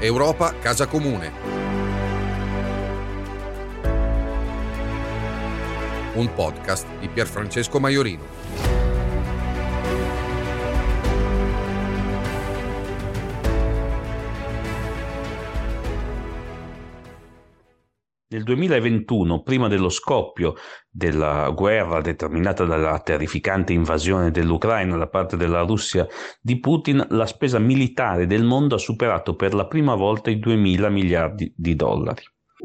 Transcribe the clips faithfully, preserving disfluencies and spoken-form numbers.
Europa Casa Comune. Un podcast di Pierfrancesco Maiorino. Nel duemilaventuno, prima dello scoppio della guerra determinata dalla terrificante invasione dell'Ucraina da parte della Russia di Putin, la spesa militare del mondo ha superato per la prima volta i duemila miliardi di dollari.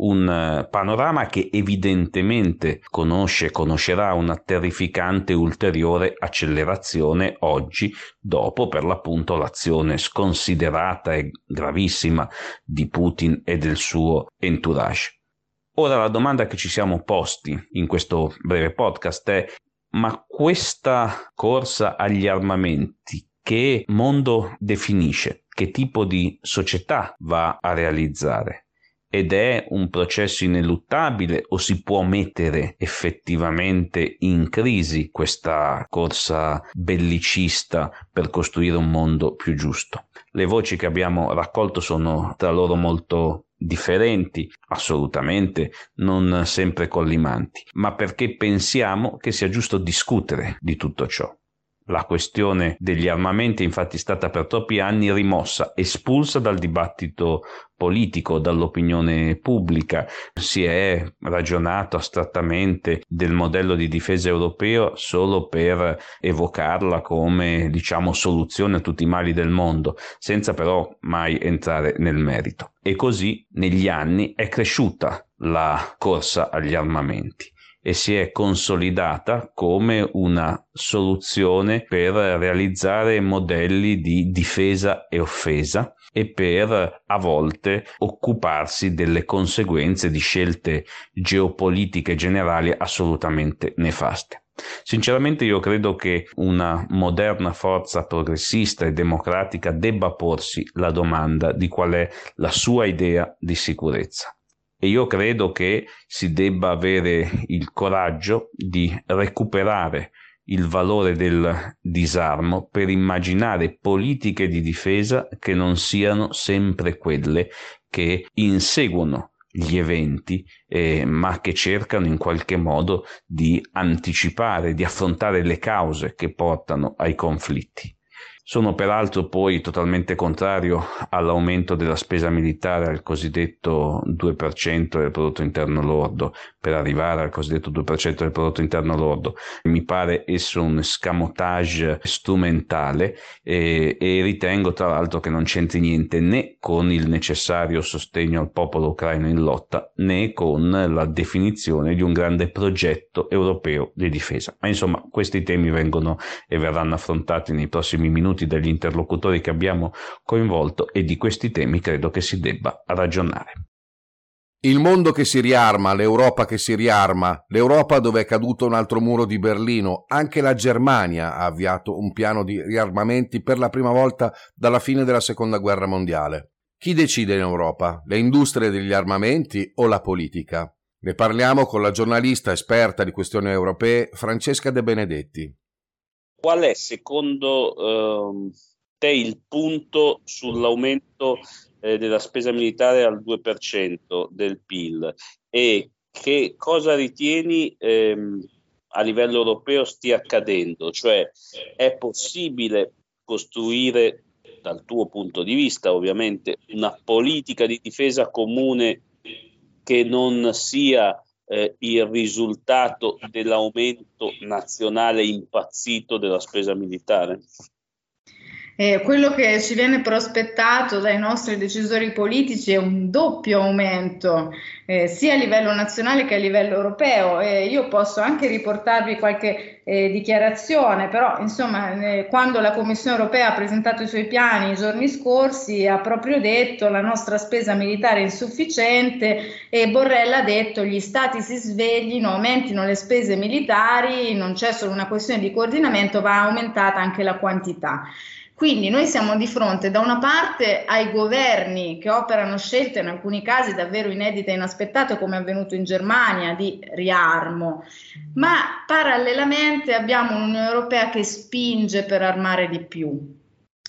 Un panorama che evidentemente conosce e conoscerà una terrificante ulteriore accelerazione oggi, dopo per l'appunto l'azione sconsiderata e gravissima di Putin e del suo entourage. Ora la domanda che ci siamo posti in questo breve podcast è: ma questa corsa agli armamenti che mondo definisce? Che tipo di società va a realizzare? Ed è un processo ineluttabile o si può mettere effettivamente in crisi questa corsa bellicista per costruire un mondo più giusto? Le voci che abbiamo raccolto sono tra loro molto differenti, assolutamente non sempre collimanti, ma perché pensiamo che sia giusto discutere di tutto ciò. La questione degli armamenti è infatti stata per troppi anni rimossa, espulsa dal dibattito politico, dall'opinione pubblica. Si è ragionato astrattamente del modello di difesa europeo solo per evocarla come, diciamo, soluzione a tutti i mali del mondo, senza però mai entrare nel merito. E così negli anni è cresciuta la corsa agli armamenti e si è consolidata come una soluzione per realizzare modelli di difesa e offesa e per a volte occuparsi delle conseguenze di scelte geopolitiche generali assolutamente nefaste. Sinceramente io credo che una moderna forza progressista e democratica debba porsi la domanda di qual è la sua idea di sicurezza. E io credo che si debba avere il coraggio di recuperare il valore del disarmo per immaginare politiche di difesa che non siano sempre quelle che inseguono gli eventi, eh, ma che cercano in qualche modo di anticipare, di affrontare le cause che portano ai conflitti. Sono peraltro poi totalmente contrario all'aumento della spesa militare al cosiddetto due per cento del prodotto interno lordo, per arrivare al cosiddetto due per cento del prodotto interno lordo. Mi pare esso un escamotage strumentale e, e ritengo tra l'altro che non c'entri niente né con il necessario sostegno al popolo ucraino in lotta, né con la definizione di un grande progetto europeo di difesa. Ma insomma, questi temi vengono e verranno affrontati nei prossimi minuti dagli interlocutori che abbiamo coinvolto e di questi temi credo che si debba ragionare. Il mondo che si riarma, l'Europa che si riarma, l'Europa dove è caduto un altro muro di Berlino. Anche la Germania ha avviato un piano di riarmamenti per la prima volta dalla fine della Seconda Guerra Mondiale. Chi decide in Europa? Le industrie degli armamenti o la politica? Ne parliamo con la giornalista esperta di questioni europee Francesca De Benedetti. Qual è secondo eh, te il punto sull'aumento eh, della spesa militare al due per cento del P I L e che cosa ritieni ehm, a livello europeo stia accadendo? Cioè, è possibile costruire, dal tuo punto di vista ovviamente, una politica di difesa comune che non sia Eh, il risultato dell'aumento nazionale impazzito della spesa militare? Eh, quello che ci viene prospettato dai nostri decisori politici è un doppio aumento, eh, sia a livello nazionale che a livello europeo. Eh, io posso anche riportarvi qualche eh, dichiarazione, però insomma eh, quando la Commissione europea ha presentato i suoi piani i giorni scorsi ha proprio detto la nostra spesa militare è insufficiente e Borrell ha detto gli stati si sveglino, aumentino le spese militari, non c'è solo una questione di coordinamento, va aumentata anche la quantità. Quindi noi siamo di fronte da una parte ai governi che operano scelte in alcuni casi davvero inedite e inaspettate, come è avvenuto in Germania, di riarmo, ma parallelamente abbiamo un'Unione Europea che spinge per armare di più.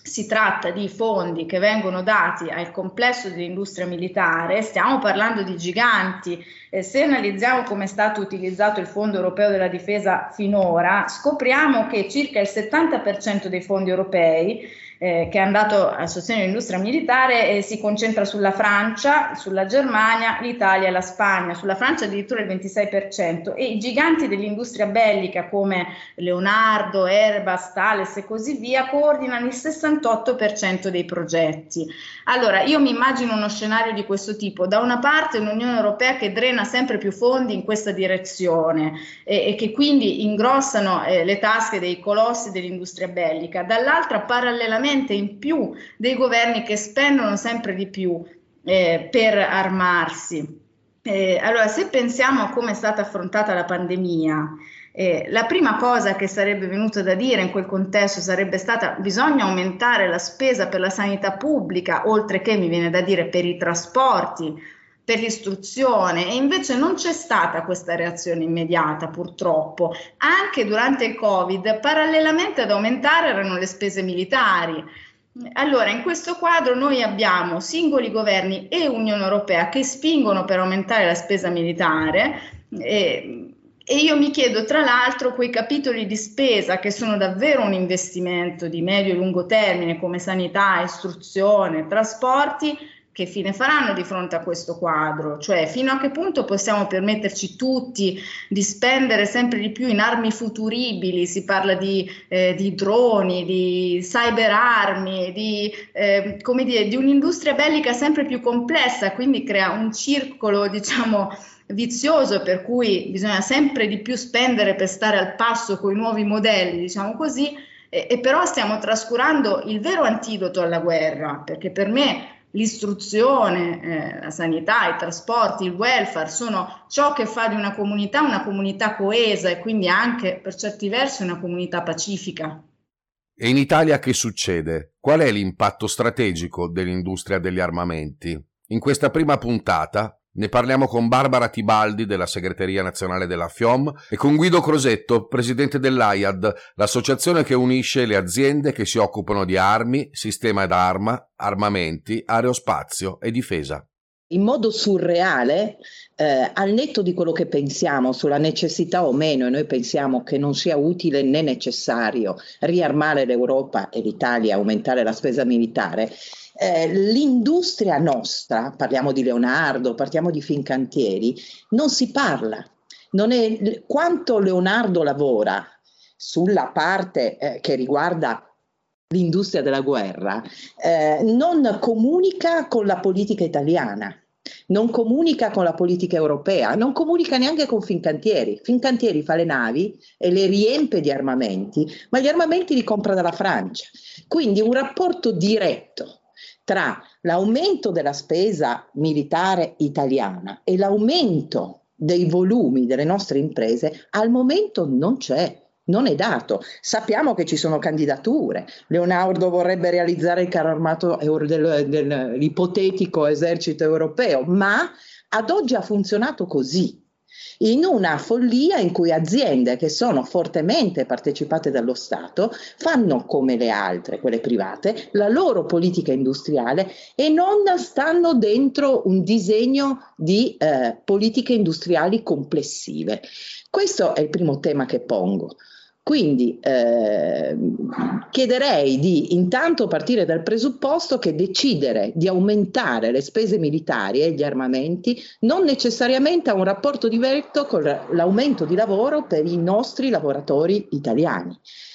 si tratta di fondi che vengono dati al complesso dell'industria militare, stiamo parlando di giganti. Eh, se analizziamo come è stato utilizzato il Fondo Europeo della Difesa finora, scopriamo che circa il settanta per cento dei fondi europei eh, che è andato a sostegno dell'industria militare eh, si concentra sulla Francia, sulla Germania, l'Italia e la Spagna. Sulla Francia addirittura il ventisei per cento, e i giganti dell'industria bellica come Leonardo, Airbus, Thales e così via coordinano il sessantotto per cento dei progetti. Allora, io mi immagino uno scenario di questo tipo: da una parte un'Unione Europea che drena sempre più fondi in questa direzione e, e che quindi ingrossano eh, le tasche dei colossi dell'industria bellica, dall'altra parallelamente in più dei governi che spendono sempre di più eh, per armarsi. Eh, allora, se pensiamo a come è stata affrontata la pandemia, Eh, la prima cosa che sarebbe venuta da dire in quel contesto sarebbe stata: bisogna aumentare la spesa per la sanità pubblica, oltre che, mi viene da dire, per i trasporti, per l'istruzione, e invece non c'è stata questa reazione immediata, purtroppo. Anche durante il Covid, parallelamente ad aumentare erano le spese militari. Allora, in questo quadro noi abbiamo singoli governi e Unione Europea che spingono per aumentare la spesa militare, e E io mi chiedo, tra l'altro, quei capitoli di spesa che sono davvero un investimento di medio e lungo termine, come sanità, istruzione, trasporti, che fine faranno di fronte a questo quadro? Cioè, fino a che punto possiamo permetterci tutti di spendere sempre di più in armi futuribili? Si parla di, eh, di droni, di cyberarmi, di, eh, come dire, di un'industria bellica sempre più complessa, quindi crea un circolo, diciamo, vizioso, per cui bisogna sempre di più spendere per stare al passo con i nuovi modelli, diciamo così, e, e però stiamo trascurando il vero antidoto alla guerra, perché per me l'istruzione, eh, la sanità, i trasporti, il welfare sono ciò che fa di una comunità una comunità coesa e quindi anche per certi versi una comunità pacifica. E in Italia che succede? Qual è l'impatto strategico dell'industria degli armamenti? In questa prima puntata ne parliamo con Barbara Tibaldi della segreteria nazionale della FIOM e con Guido Crosetto, presidente dell'AIAD, l'associazione che unisce le aziende che si occupano di armi, sistema d'arma, armamenti, aerospazio e difesa. In modo surreale, eh, al netto di quello che pensiamo sulla necessità o meno, e noi pensiamo che non sia utile né necessario riarmare l'Europa e l'Italia, aumentare la spesa militare, eh, l'industria nostra, parliamo di Leonardo, parliamo di Fincantieri, non si parla. Non è, quanto Leonardo lavora sulla parte eh, che riguarda l'industria della guerra, eh, non comunica con la politica italiana, non comunica con la politica europea, non comunica neanche con Fincantieri. Fincantieri fa le navi e le riempie di armamenti, ma gli armamenti li compra dalla Francia. Quindi un rapporto diretto tra l'aumento della spesa militare italiana e l'aumento dei volumi delle nostre imprese al momento non c'è. Non è dato. Sappiamo che ci sono candidature. Leonardo vorrebbe realizzare il carro armato del, del, l'ipotetico esercito europeo, ma ad oggi ha funzionato così, in una follia in cui aziende che sono fortemente partecipate dallo Stato fanno come le altre, quelle private, la loro politica industriale e non stanno dentro un disegno di eh, politiche industriali complessive. Questo è il primo tema che pongo. Quindi eh, chiederei di intanto partire dal presupposto che decidere di aumentare le spese militari e gli armamenti non necessariamente ha un rapporto diretto con l'aumento di lavoro per i nostri lavoratori italiani.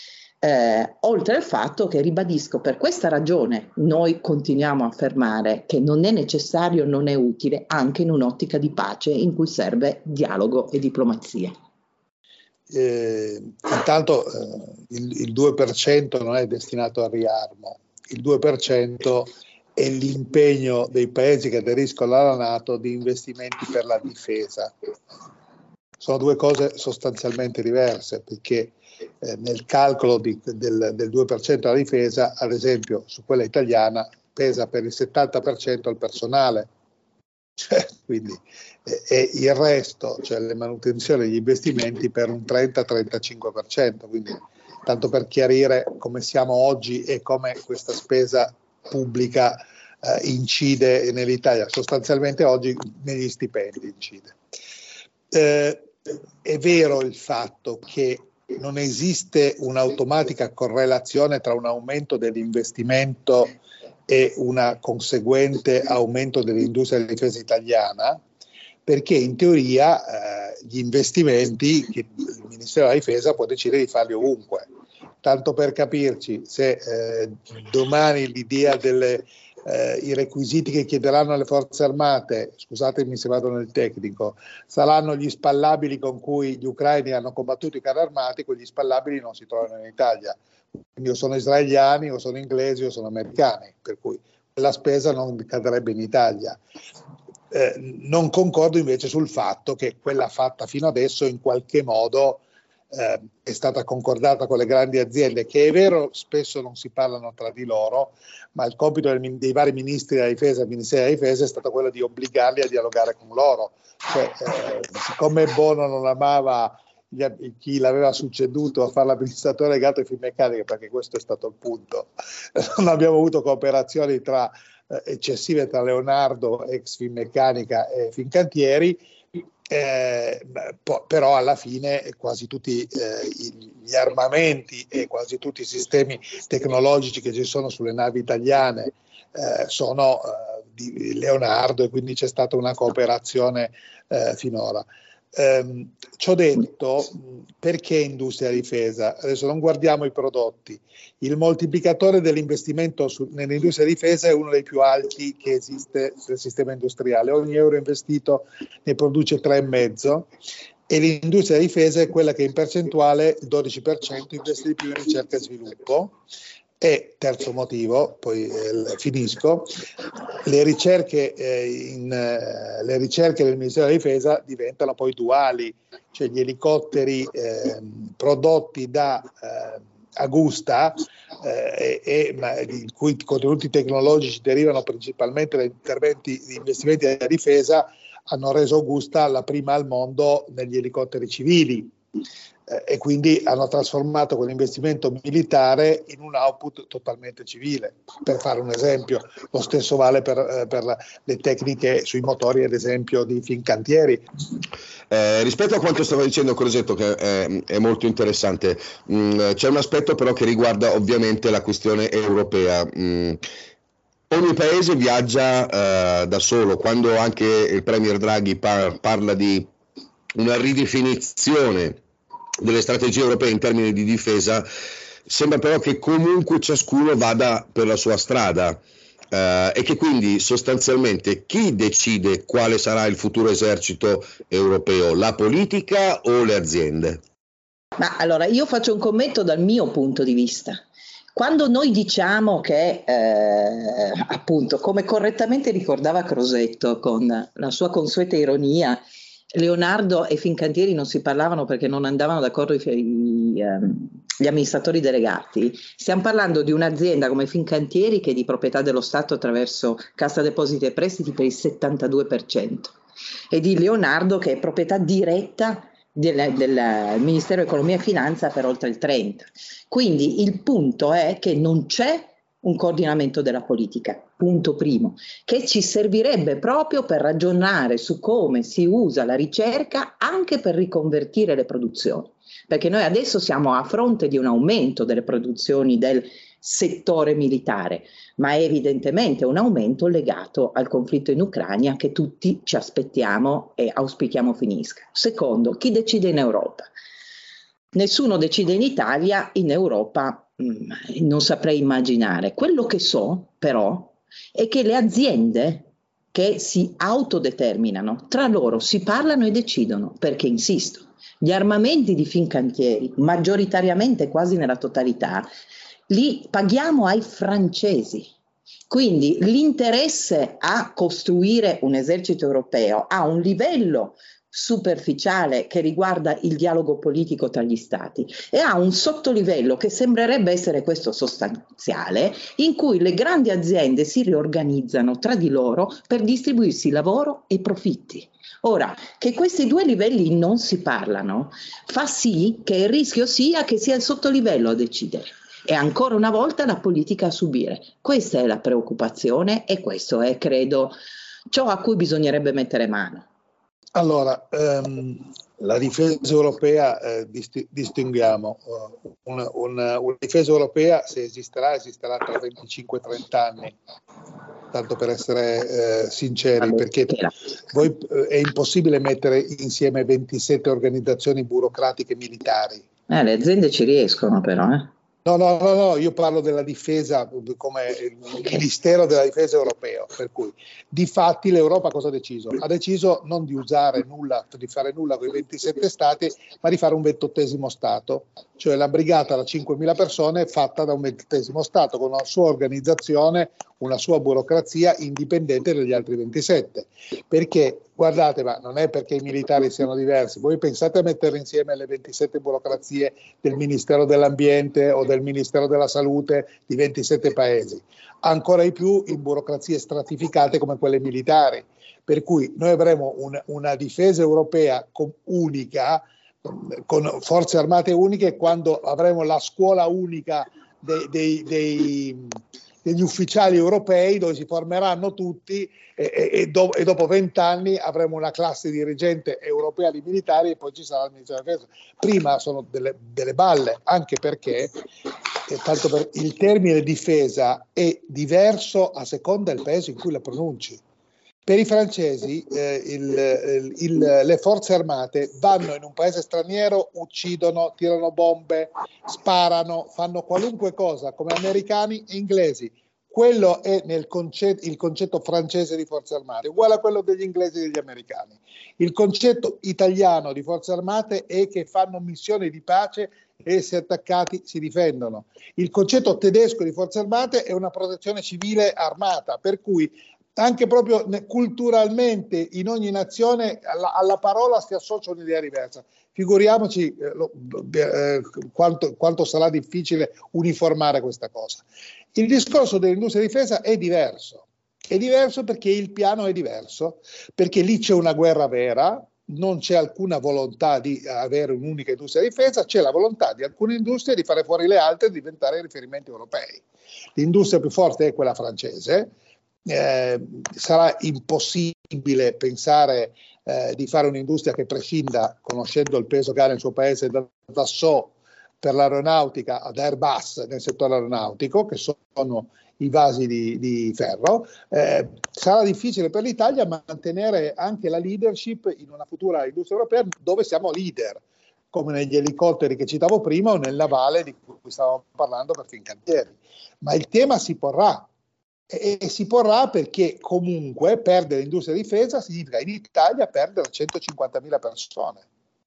Eh, oltre al fatto che, ribadisco, per questa ragione noi continuiamo a affermare che non è necessario, non è utile anche in un'ottica di pace in cui serve dialogo e diplomazia. Eh, intanto eh, il, il due per cento non è destinato al riarmo, il due per cento è l'impegno dei paesi che aderiscono alla NATO di investimenti per la difesa. Sono due cose sostanzialmente diverse, perché eh, nel calcolo di, del, del due per cento della difesa, ad esempio su quella italiana, pesa per il settanta per cento il personale. Cioè, quindi eh, e il resto, cioè le manutenzioni e gli investimenti, per un trenta trentacinque per cento, quindi tanto per chiarire come siamo oggi e come questa spesa pubblica eh, incide nell'Italia. Sostanzialmente oggi negli stipendi incide. Eh, è vero il fatto che non esiste un'automatica correlazione tra un aumento dell'investimento e un conseguente aumento dell'industria della difesa italiana, perché in teoria eh, gli investimenti che il Ministero della Difesa può decidere di farli ovunque. Tanto per capirci, se eh, domani l'idea delle eh, i requisiti che chiederanno alle forze armate, scusatemi se vado nel tecnico, saranno gli spallabili con cui gli ucraini hanno combattuto i carri armati, quegli spallabili non si trovano in Italia. Quindi o sono israeliani, o sono inglesi, o sono americani, per cui la spesa non cadrebbe in Italia. Eh, non concordo invece sul fatto che quella fatta fino adesso in qualche modo eh, è stata concordata con le grandi aziende, che è vero spesso non si parlano tra di loro, ma il compito del, dei vari ministri della difesa e del Ministero della Difesa è stato quello di obbligarli a dialogare con loro. Cioè, eh, siccome Bono non amava gli, chi l'aveva succeduto a fare l'amministratore legato ai Finmeccanica, perché questo è stato il punto, non abbiamo avuto cooperazioni tra eh, eccessive tra Leonardo, ex Finmeccanica, e Fincantieri. Eh, po- però alla fine quasi tutti eh, gli armamenti e quasi tutti i sistemi tecnologici che ci sono sulle navi italiane eh, sono eh, di Leonardo, e quindi c'è stata una cooperazione eh, finora. Eh, ciò detto, perché industria difesa? Adesso non guardiamo i prodotti. Il moltiplicatore dell'investimento su, nell'industria difesa è uno dei più alti che esiste nel sistema industriale. Ogni euro investito ne produce tre virgola cinque, e l'industria difesa è quella che in percentuale il dodici per cento investe di più in ricerca e sviluppo. E terzo motivo, poi eh, finisco, le ricerche, eh, in, eh, le ricerche del Ministero della Difesa diventano poi duali, cioè gli elicotteri eh, prodotti da eh, Agusta, eh, e, ma, i cui contenuti tecnologici derivano principalmente da interventi di investimenti della difesa, hanno reso Augusta la prima al mondo negli elicotteri civili. E quindi hanno trasformato quell'investimento militare in un output totalmente civile. Per fare un esempio, lo stesso vale per, per le tecniche sui motori, ad esempio, di Fincantieri. Eh, rispetto a quanto stava dicendo Crosetto, che è, è molto interessante, mm, c'è un aspetto però che riguarda ovviamente la questione europea. Mm. Ogni paese viaggia eh, da solo. Quando anche il Premier Draghi par- parla di una ridefinizione delle strategie europee in termini di difesa, sembra però che comunque ciascuno vada per la sua strada, eh, e che quindi sostanzialmente chi decide quale sarà il futuro esercito europeo, la politica o le aziende? Ma allora io faccio un commento dal mio punto di vista. Quando noi diciamo che, eh, appunto, come correttamente ricordava Crosetto con la sua consueta ironia, Leonardo e Fincantieri non si parlavano perché non andavano d'accordo i, i, um, gli amministratori delegati. Stiamo parlando di un'azienda come Fincantieri, che è di proprietà dello Stato attraverso Cassa Depositi e Prestiti per il settantadue per cento, e di Leonardo, che è proprietà diretta del, del Ministero Economia e Finanza per oltre il trenta per cento. Quindi il punto è che non c'è un coordinamento della politica, punto primo, che ci servirebbe proprio per ragionare su come si usa la ricerca anche per riconvertire le produzioni, perché noi adesso siamo a fronte di un aumento delle produzioni del settore militare, ma è evidentemente un aumento legato al conflitto in Ucraina che tutti ci aspettiamo e auspichiamo finisca. Secondo, chi decide in Europa? Nessuno decide in Italia, in Europa non saprei immaginare. Quello che so però è che le aziende che si autodeterminano tra loro si parlano e decidono, perché insisto, gli armamenti di Fincantieri, maggioritariamente quasi nella totalità, li paghiamo ai francesi. Quindi l'interesse a costruire un esercito europeo ha un livello superficiale che riguarda il dialogo politico tra gli stati e ha un sottolivello che sembrerebbe essere questo sostanziale, in cui le grandi aziende si riorganizzano tra di loro per distribuirsi lavoro e profitti. Ora, che questi due livelli non si parlano fa sì che il rischio sia che sia il sottolivello a decidere e ancora una volta la politica a subire. Questa è la preoccupazione e questo è, credo, ciò a cui bisognerebbe mettere mano. Allora, ehm, la difesa europea, eh, disti- distinguiamo, uh, una, una, una difesa europea, se esisterà, esisterà tra venticinque e trenta anni, tanto per essere eh, sinceri, perché voi, eh, è impossibile mettere insieme ventisette organizzazioni burocratiche militari. Eh, le aziende ci riescono però, eh. No, no, no, no, io parlo della difesa come il Ministero della Difesa europeo, per cui di fatti l'Europa cosa ha deciso? Ha deciso non di usare nulla, di fare nulla con i ventisette stati, ma di fare un ventottesimo stato, cioè la brigata da cinquemila persone fatta da un ventottesimo stato, con una sua organizzazione, una sua burocrazia indipendente dagli altri ventisette. Perché, guardate, ma non è perché i militari siano diversi, voi pensate a mettere insieme le ventisette burocrazie del Ministero dell'Ambiente o del Ministero della Salute di ventisette paesi, ancora di più in burocrazie stratificate come quelle militari, per cui noi avremo un, una difesa europea com- unica, con forze armate uniche, quando avremo la scuola unica dei, dei, dei degli ufficiali europei, dove si formeranno tutti e, e, e, do, e dopo vent'anni avremo una classe dirigente europea di militari e poi ci sarà il Ministero della Difesa. Prima sono delle, delle balle, anche perché eh, tanto per, il termine difesa è diverso a seconda del paese in cui la pronunci. Per i francesi eh, il, il, le forze armate vanno in un paese straniero, uccidono, tirano bombe, sparano, fanno qualunque cosa come americani e inglesi. Quello è nel concetto, il concetto francese di forze armate, uguale a quello degli inglesi e degli americani. Il concetto italiano di forze armate è che fanno missioni di pace e se attaccati si difendono. Il concetto tedesco di forze armate è una protezione civile armata, per cui anche proprio culturalmente in ogni nazione alla, alla parola si associa un'idea diversa. Figuriamoci eh, lo, eh, quanto, quanto sarà difficile uniformare questa cosa. Il discorso dell'industria di difesa è diverso. È diverso perché il piano è diverso, perché lì c'è una guerra vera, non c'è alcuna volontà di avere un'unica industria di difesa, c'è la volontà di alcune industrie di fare fuori le altre e diventare riferimenti europei. L'industria più forte è quella francese. Eh, sarà impossibile pensare eh, di fare un'industria che prescinda, conoscendo il peso che ha nel suo paese, da Dassault per l'aeronautica ad Airbus nel settore aeronautico, che sono i vasi di, di ferro. Eh, sarà difficile per l'Italia mantenere anche la leadership in una futura industria europea dove siamo leader, come negli elicotteri che citavo prima o nel navale di cui stavamo parlando per Fincantieri. Ma il tema si porrà. E, e si porrà perché comunque perdere l'industria di difesa significa in Italia perdere centocinquantamila persone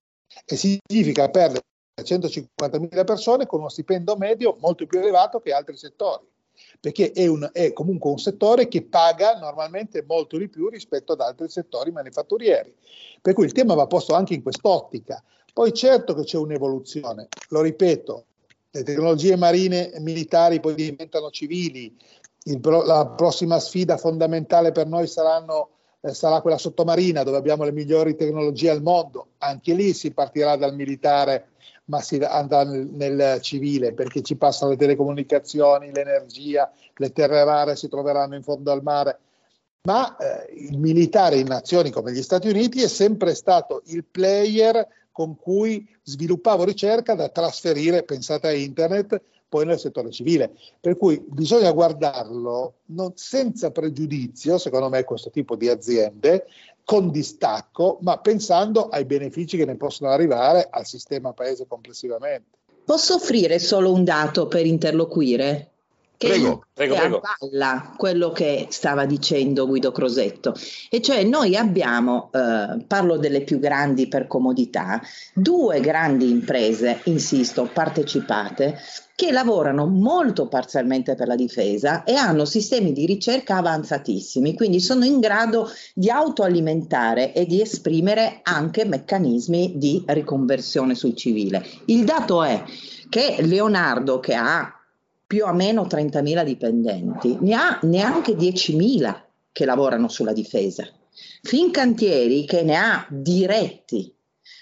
e significa perdere centocinquantamila persone con uno stipendio medio molto più elevato che altri settori, perché è, un, è comunque un settore che paga normalmente molto di più rispetto ad altri settori manifatturieri, per cui il tema va posto anche in quest'ottica. Poi certo che c'è un'evoluzione, lo ripeto, le tecnologie marine e militari poi diventano civili. Il, la prossima sfida fondamentale per noi saranno, eh, sarà quella sottomarina, dove abbiamo le migliori tecnologie al mondo. Anche lì si partirà dal militare ma si andrà nel, nel civile, perché ci passano le telecomunicazioni, l'energia, le terre rare si troveranno in fondo al mare. Ma eh, il militare in nazioni come gli Stati Uniti è sempre stato il player con cui sviluppavo ricerca da trasferire, pensate a internet, poi nel settore civile, per cui bisogna guardarlo non, senza pregiudizio, secondo me, questo tipo di aziende, con distacco, ma pensando ai benefici che ne possono arrivare al sistema paese complessivamente. Posso offrire solo un dato per interloquire? che prego, prego, prego. avvalla quello che stava dicendo Guido Crosetto, e cioè noi abbiamo, eh, parlo delle più grandi per comodità, due grandi imprese, insisto, partecipate, che lavorano molto parzialmente per la difesa e hanno sistemi di ricerca avanzatissimi, quindi sono in grado di autoalimentare e di esprimere anche meccanismi di riconversione sul civile. Il dato è che Leonardo, che ha più o meno trentamila dipendenti, ne ha neanche diecimila che lavorano sulla difesa. Fincantieri, che ne ha diretti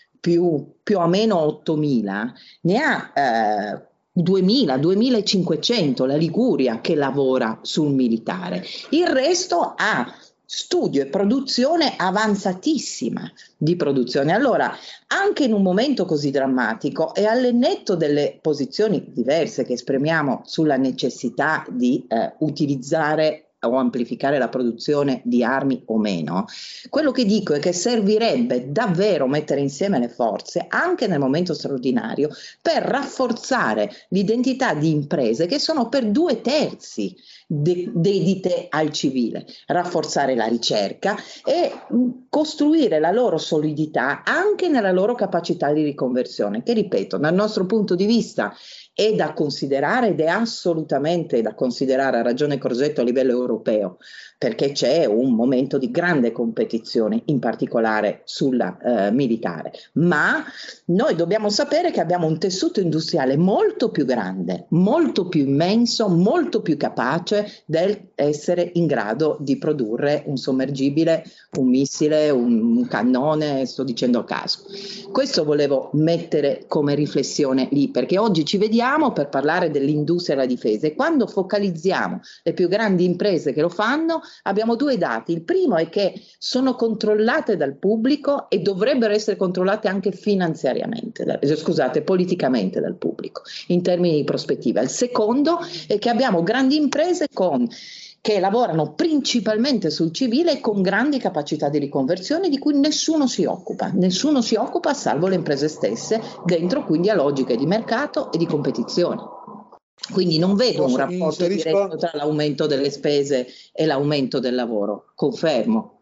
più, più o meno ottomila, ne ha eh, duemila, duemilacinquecento, la Liguria, che lavora sul militare. Il resto ha studio e produzione avanzatissima di produzione. Allora, anche in un momento così drammatico e al netto delle posizioni diverse che esprimiamo sulla necessità di eh, utilizzare o amplificare la produzione di armi o meno, quello che dico è che servirebbe davvero mettere insieme le forze anche nel momento straordinario per rafforzare l'identità di imprese che sono per due terzi de- dedite al civile, rafforzare la ricerca e mh, costruire la loro solidità anche nella loro capacità di riconversione, che ripeto, dal nostro punto di vista è da considerare ed è assolutamente da considerare, a ragione Crosetto, a livello europeo, perché c'è un momento di grande competizione, in particolare sulla eh, militare. Ma noi dobbiamo sapere che abbiamo un tessuto industriale molto più grande, molto più immenso, molto più capace del essere in grado di produrre un sommergibile, un missile, un, un cannone, sto dicendo a caso. Questo volevo mettere come riflessione lì, perché oggi ci vediamo per parlare dell'industria della difesa e quando focalizziamo le più grandi imprese che lo fanno abbiamo due dati. Il primo è che sono controllate dal pubblico e dovrebbero essere controllate anche finanziariamente, da, scusate, politicamente dal pubblico in termini di prospettiva. Il secondo è che abbiamo grandi imprese con che lavorano principalmente sul civile e con grandi capacità di riconversione di cui nessuno si occupa, nessuno si occupa salvo le imprese stesse, dentro quindi a logiche di mercato e di competizione. Quindi non vedo un rapporto inserisco... diretto tra l'aumento delle spese e l'aumento del lavoro, confermo.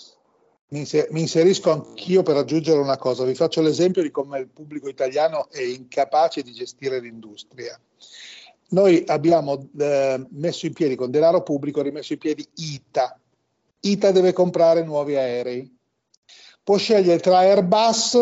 Mi inserisco anch'io per aggiungere una cosa, vi faccio l'esempio di come il pubblico italiano è incapace di gestire l'industria. Noi abbiamo eh, messo in piedi con denaro pubblico, rimesso in piedi I T A. I T A deve comprare nuovi aerei. Può scegliere tra Airbus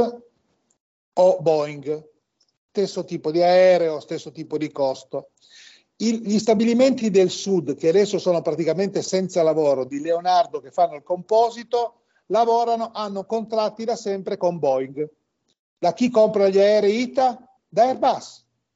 o Boeing, stesso tipo di aereo, stesso tipo di costo. Il, gli stabilimenti del sud, che adesso sono praticamente senza lavoro, di Leonardo, che fanno il composito, lavorano, hanno contratti da sempre con Boeing. Da chi compra gli aerei I T A? Da Airbus.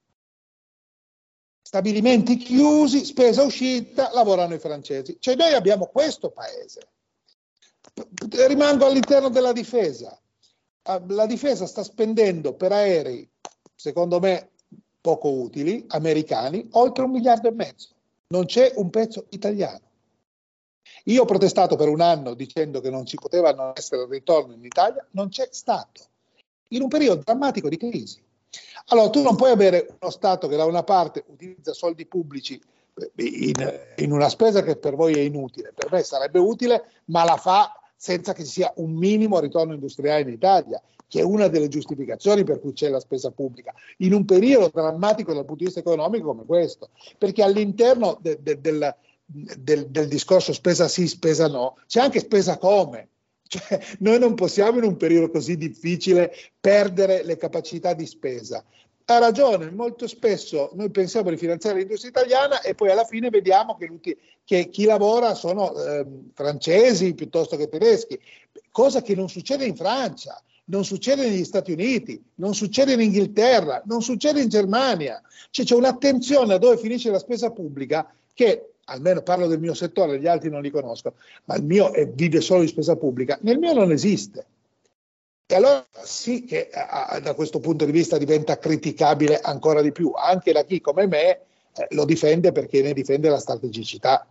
Stabilimenti chiusi, spesa uscita, lavorano i francesi. Cioè noi abbiamo questo paese. Rimango all'interno della difesa. La difesa sta spendendo per aerei, secondo me poco utili, americani, oltre un miliardo e mezzo. Non c'è un pezzo italiano. Io ho protestato per un anno dicendo che non ci poteva non essere il ritorno in Italia, non c'è stato. In un periodo drammatico di crisi. Allora tu non puoi avere uno Stato che da una parte utilizza soldi pubblici in, in una spesa che per voi è inutile, per me sarebbe utile, ma la fa senza che ci sia un minimo ritorno industriale in Italia, che è una delle giustificazioni per cui c'è la spesa pubblica, in un periodo drammatico dal punto di vista economico come questo, perché all'interno de, de, del, del, del discorso spesa sì, spesa no, c'è anche spesa come. Cioè, noi non possiamo in un periodo così difficile perdere le capacità di spesa. Ha ragione, molto spesso noi pensiamo di finanziare l'industria italiana e poi alla fine vediamo che, che chi lavora sono eh, francesi piuttosto che tedeschi, cosa che non succede in Francia, non succede negli Stati Uniti, non succede in Inghilterra, non succede in Germania. Cioè, c'è un'attenzione a dove finisce la spesa pubblica che, almeno parlo del mio settore, gli altri non li conosco, ma il mio è, vive solo di spesa pubblica, nel mio non esiste. E allora sì che a, da questo punto di vista diventa criticabile ancora di più, anche da chi come me eh, lo difende perché ne difende la strategicità.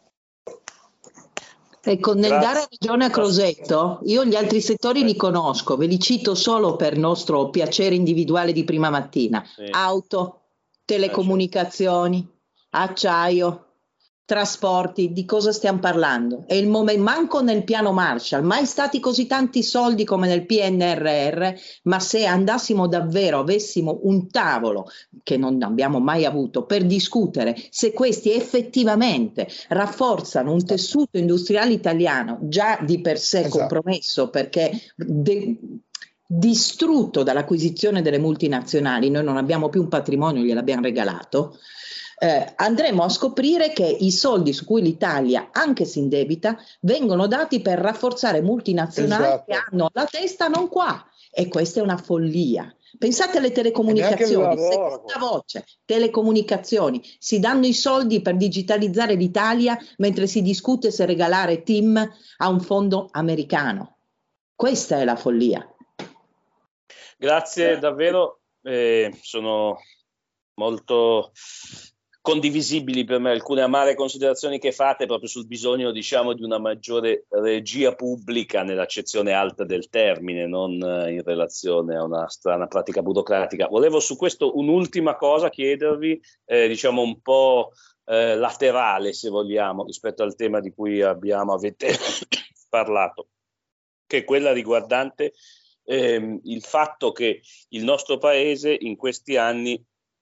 Ecco, nel Grazie. dare ragione a Crosetto, io gli altri settori li conosco, ve li cito solo per nostro piacere individuale di prima mattina. Sì. Auto, telecomunicazioni, acciaio, trasporti, di cosa stiamo parlando? È il momento, manco nel piano Marshall, mai stati così tanti soldi come nel P N R R, ma se andassimo davvero, avessimo un tavolo che non abbiamo mai avuto per discutere se questi effettivamente rafforzano un tessuto industriale italiano già di per sé esatto. compromesso perché de- distrutto dall'acquisizione delle multinazionali, noi non abbiamo più un patrimonio, gliel'abbiamo regalato. Eh, andremo a scoprire che i soldi su cui l'Italia anche si indebita vengono dati per rafforzare multinazionali esatto. che hanno la testa non qua, e questa è una follia. Pensate alle telecomunicazioni, seconda voce, telecomunicazioni, si danno i soldi per digitalizzare l'Italia mentre si discute se regalare TIM a un fondo americano. Questa è la follia. Grazie davvero, eh, sono molto condivisibili per me alcune amare considerazioni che fate proprio sul bisogno, diciamo, di una maggiore regia pubblica nell'accezione alta del termine, non in relazione a una strana pratica burocratica. Volevo su questo un'ultima cosa chiedervi, eh, diciamo un po' eh, laterale, se vogliamo, rispetto al tema di cui abbiamo avete parlato, che è quella riguardante ehm, il fatto che il nostro paese in questi anni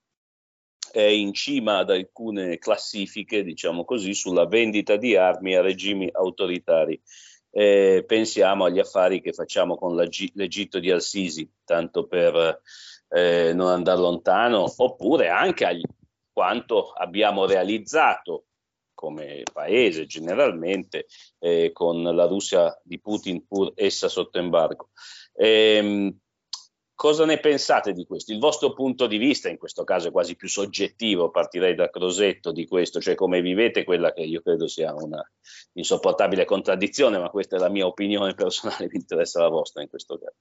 è in cima ad alcune classifiche, diciamo così, sulla vendita di armi a regimi autoritari. Eh, pensiamo agli affari che facciamo con l'Egitto di Al-Sisi, tanto per eh, non andare lontano, oppure anche a quanto abbiamo realizzato come paese generalmente eh, con la Russia di Putin, pur essa sotto embargo. Eh, Cosa ne pensate di questo? Il vostro punto di vista, in questo caso è quasi più soggettivo, partirei da Crosetto di questo, cioè come vivete quella che io credo sia una insopportabile contraddizione, ma questa è la mia opinione personale, mi interessa la vostra in questo caso.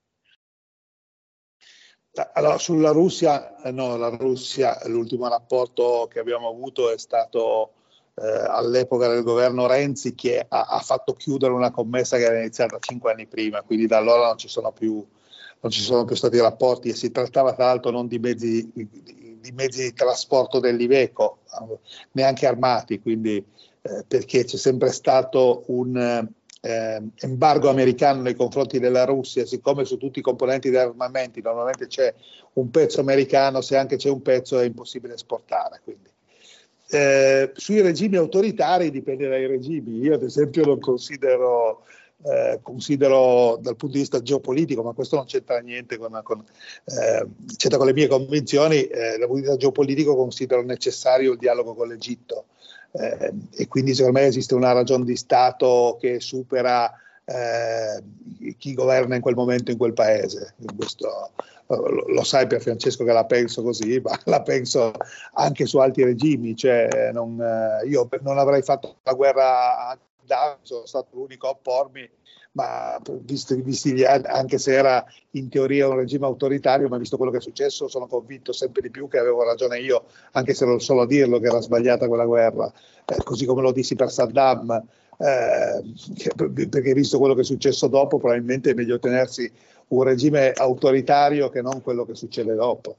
Allora, sulla Russia, no, la Russia, l'ultimo rapporto che abbiamo avuto è stato eh, all'epoca del governo Renzi, che ha, ha fatto chiudere una commessa che era iniziata cinque anni prima, quindi da allora non ci sono più non ci sono più stati rapporti, e si trattava tra l'altro non di mezzi di, di mezzi di trasporto dell'Iveco, neanche armati, quindi eh, perché c'è sempre stato un eh, embargo americano nei confronti della Russia, siccome su tutti i componenti degli armamenti normalmente c'è un pezzo americano, se anche c'è un pezzo è impossibile esportare. Quindi. Eh, sui regimi autoritari dipende dai regimi, io ad esempio non considero Eh, considero dal punto di vista geopolitico, ma questo non c'entra niente con, con, eh, c'entra con le mie convinzioni, eh, dal punto di vista geopolitico considero necessario il dialogo con l'Egitto eh, e quindi secondo me esiste una ragione di Stato che supera eh, chi governa in quel momento in quel paese. Questo, lo, lo sai per Francesco che la penso così, ma la penso anche su altri regimi, cioè non, eh, io non avrei fatto la guerra a sono stato l'unico a oppormi, ma visto, visti gli anni, anche se era in teoria un regime autoritario, ma visto quello che è successo sono convinto sempre di più che avevo ragione io, anche se non solo a dirlo che era sbagliata quella guerra, eh, così come lo dissi per Saddam, eh, perché visto quello che è successo dopo probabilmente è meglio tenersi un regime autoritario che non quello che succede dopo.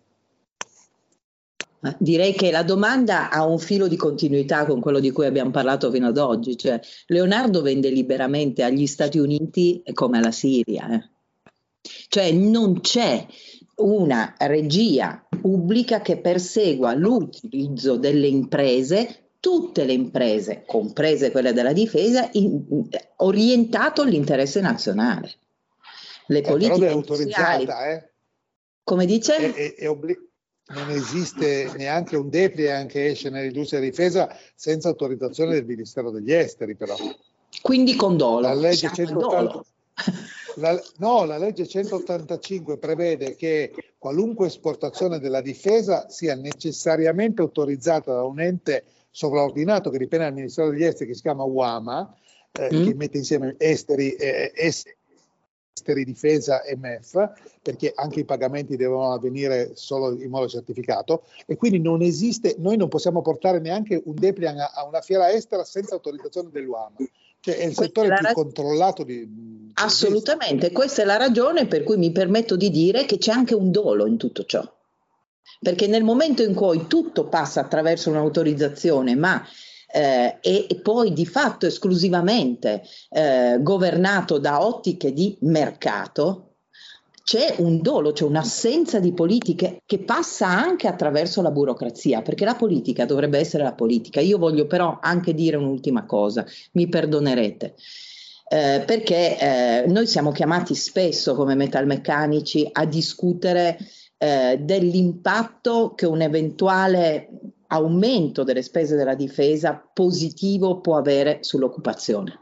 Direi che la domanda ha un filo di continuità con quello di cui abbiamo parlato fino ad oggi, cioè Leonardo vende liberamente agli Stati Uniti come alla Siria, eh. Cioè non c'è una regia pubblica che persegua l'utilizzo delle imprese, tutte le imprese, comprese quelle della difesa, in, orientato all'interesse nazionale. Le eh, politiche però è industriali, autorizzata, eh? Come dice? È, è, è obbli- non esiste neanche un DEPRIAN che esce nell'industria della difesa senza autorizzazione del Ministero degli Esteri, però. Quindi con dolo. La legge centottanta la, no, la legge centottantacinque prevede che qualunque esportazione della difesa sia necessariamente autorizzata da un ente sovraordinato che dipende dal Ministero degli Esteri, che si chiama U A M A, eh, mm. che mette insieme esteri e eh, esteri. Esteri, difesa e M E F, perché anche i pagamenti devono avvenire solo in modo certificato, e quindi non esiste, noi non possiamo portare neanche un DEPRIAN a, a una fiera estera senza autorizzazione dell'U A M, cioè è il questa settore è più rag- controllato di... Assolutamente, questa è la ragione per cui mi permetto di dire che c'è anche un dolo in tutto ciò. Perché nel momento in cui tutto passa attraverso un'autorizzazione, ma eh, è, è poi di fatto esclusivamente eh, governato da ottiche di mercato, c'è un dolo, c'è un'assenza di politiche che passa anche attraverso la burocrazia, perché la politica dovrebbe essere la politica. Io voglio però anche dire un'ultima cosa, mi perdonerete, eh, perché eh, noi siamo chiamati spesso come metalmeccanici a discutere eh, dell'impatto che un eventuale aumento delle spese della difesa positivo può avere sull'occupazione.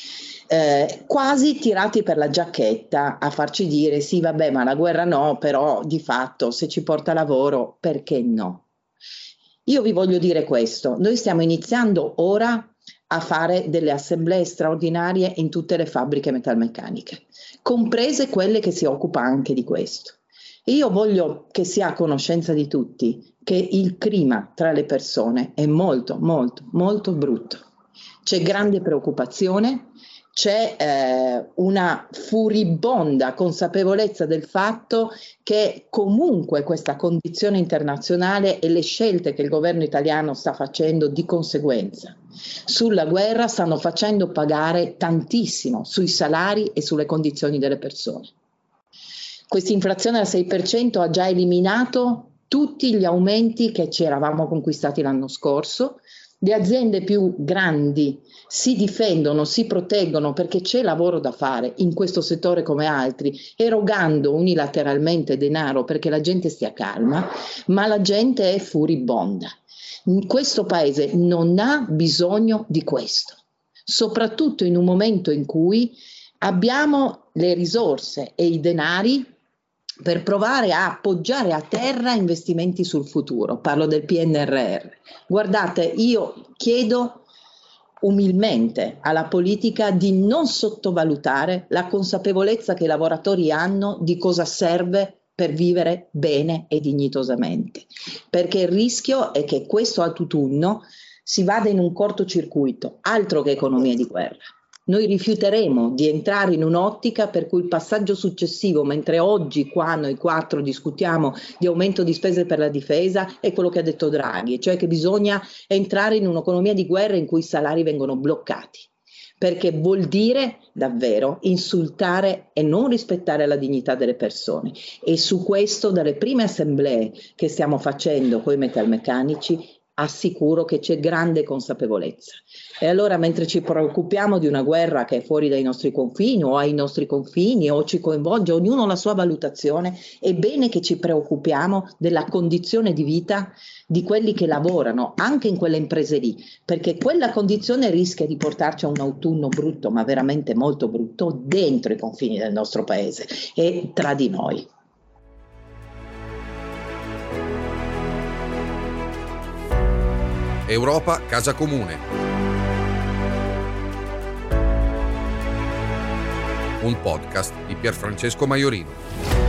Eh, quasi tirati per la giacchetta a farci dire sì vabbè ma la guerra no, però di fatto se ci porta lavoro perché no? Io vi voglio dire questo, noi stiamo iniziando ora a fare delle assemblee straordinarie in tutte le fabbriche metalmeccaniche, comprese quelle che si occupa anche di questo. E io voglio che sia a conoscenza di tutti che il clima tra le persone è molto molto molto brutto, c'è grande preoccupazione, c'è eh, una furibonda consapevolezza del fatto che comunque questa condizione internazionale e le scelte che il governo italiano sta facendo di conseguenza sulla guerra stanno facendo pagare tantissimo sui salari e sulle condizioni delle persone. Questa inflazione al sei per cento ha già eliminato tutti gli aumenti che ci eravamo conquistati l'anno scorso. Le aziende più grandi si difendono, si proteggono perché c'è lavoro da fare in questo settore come altri, erogando unilateralmente denaro perché la gente stia calma, ma la gente è furibonda. Questo paese non ha bisogno di questo, soprattutto in un momento in cui abbiamo le risorse e i denari per provare a appoggiare a terra investimenti sul futuro. Parlo del P N R R. Guardate, io chiedo umilmente alla politica di non sottovalutare la consapevolezza che i lavoratori hanno di cosa serve per vivere bene e dignitosamente, perché il rischio è che questo autunno si vada in un cortocircuito, altro che economia di guerra. Noi rifiuteremo di entrare in un'ottica per cui il passaggio successivo, mentre oggi qua noi quattro discutiamo di aumento di spese per la difesa, è quello che ha detto Draghi, cioè che bisogna entrare in un'economia di guerra in cui i salari vengono bloccati, perché vuol dire davvero insultare e non rispettare la dignità delle persone. E su questo, dalle prime assemblee che stiamo facendo con i metalmeccanici, assicuro che c'è grande consapevolezza. E allora, mentre ci preoccupiamo di una guerra che è fuori dai nostri confini o ai nostri confini o ci coinvolge, ognuno la sua valutazione, è bene che ci preoccupiamo della condizione di vita di quelli che lavorano anche in quelle imprese lì, perché quella condizione rischia di portarci a un autunno brutto, ma veramente molto brutto, dentro i confini del nostro paese e tra di noi. Europa Casa Comune. Un podcast di Pierfrancesco Maiorino.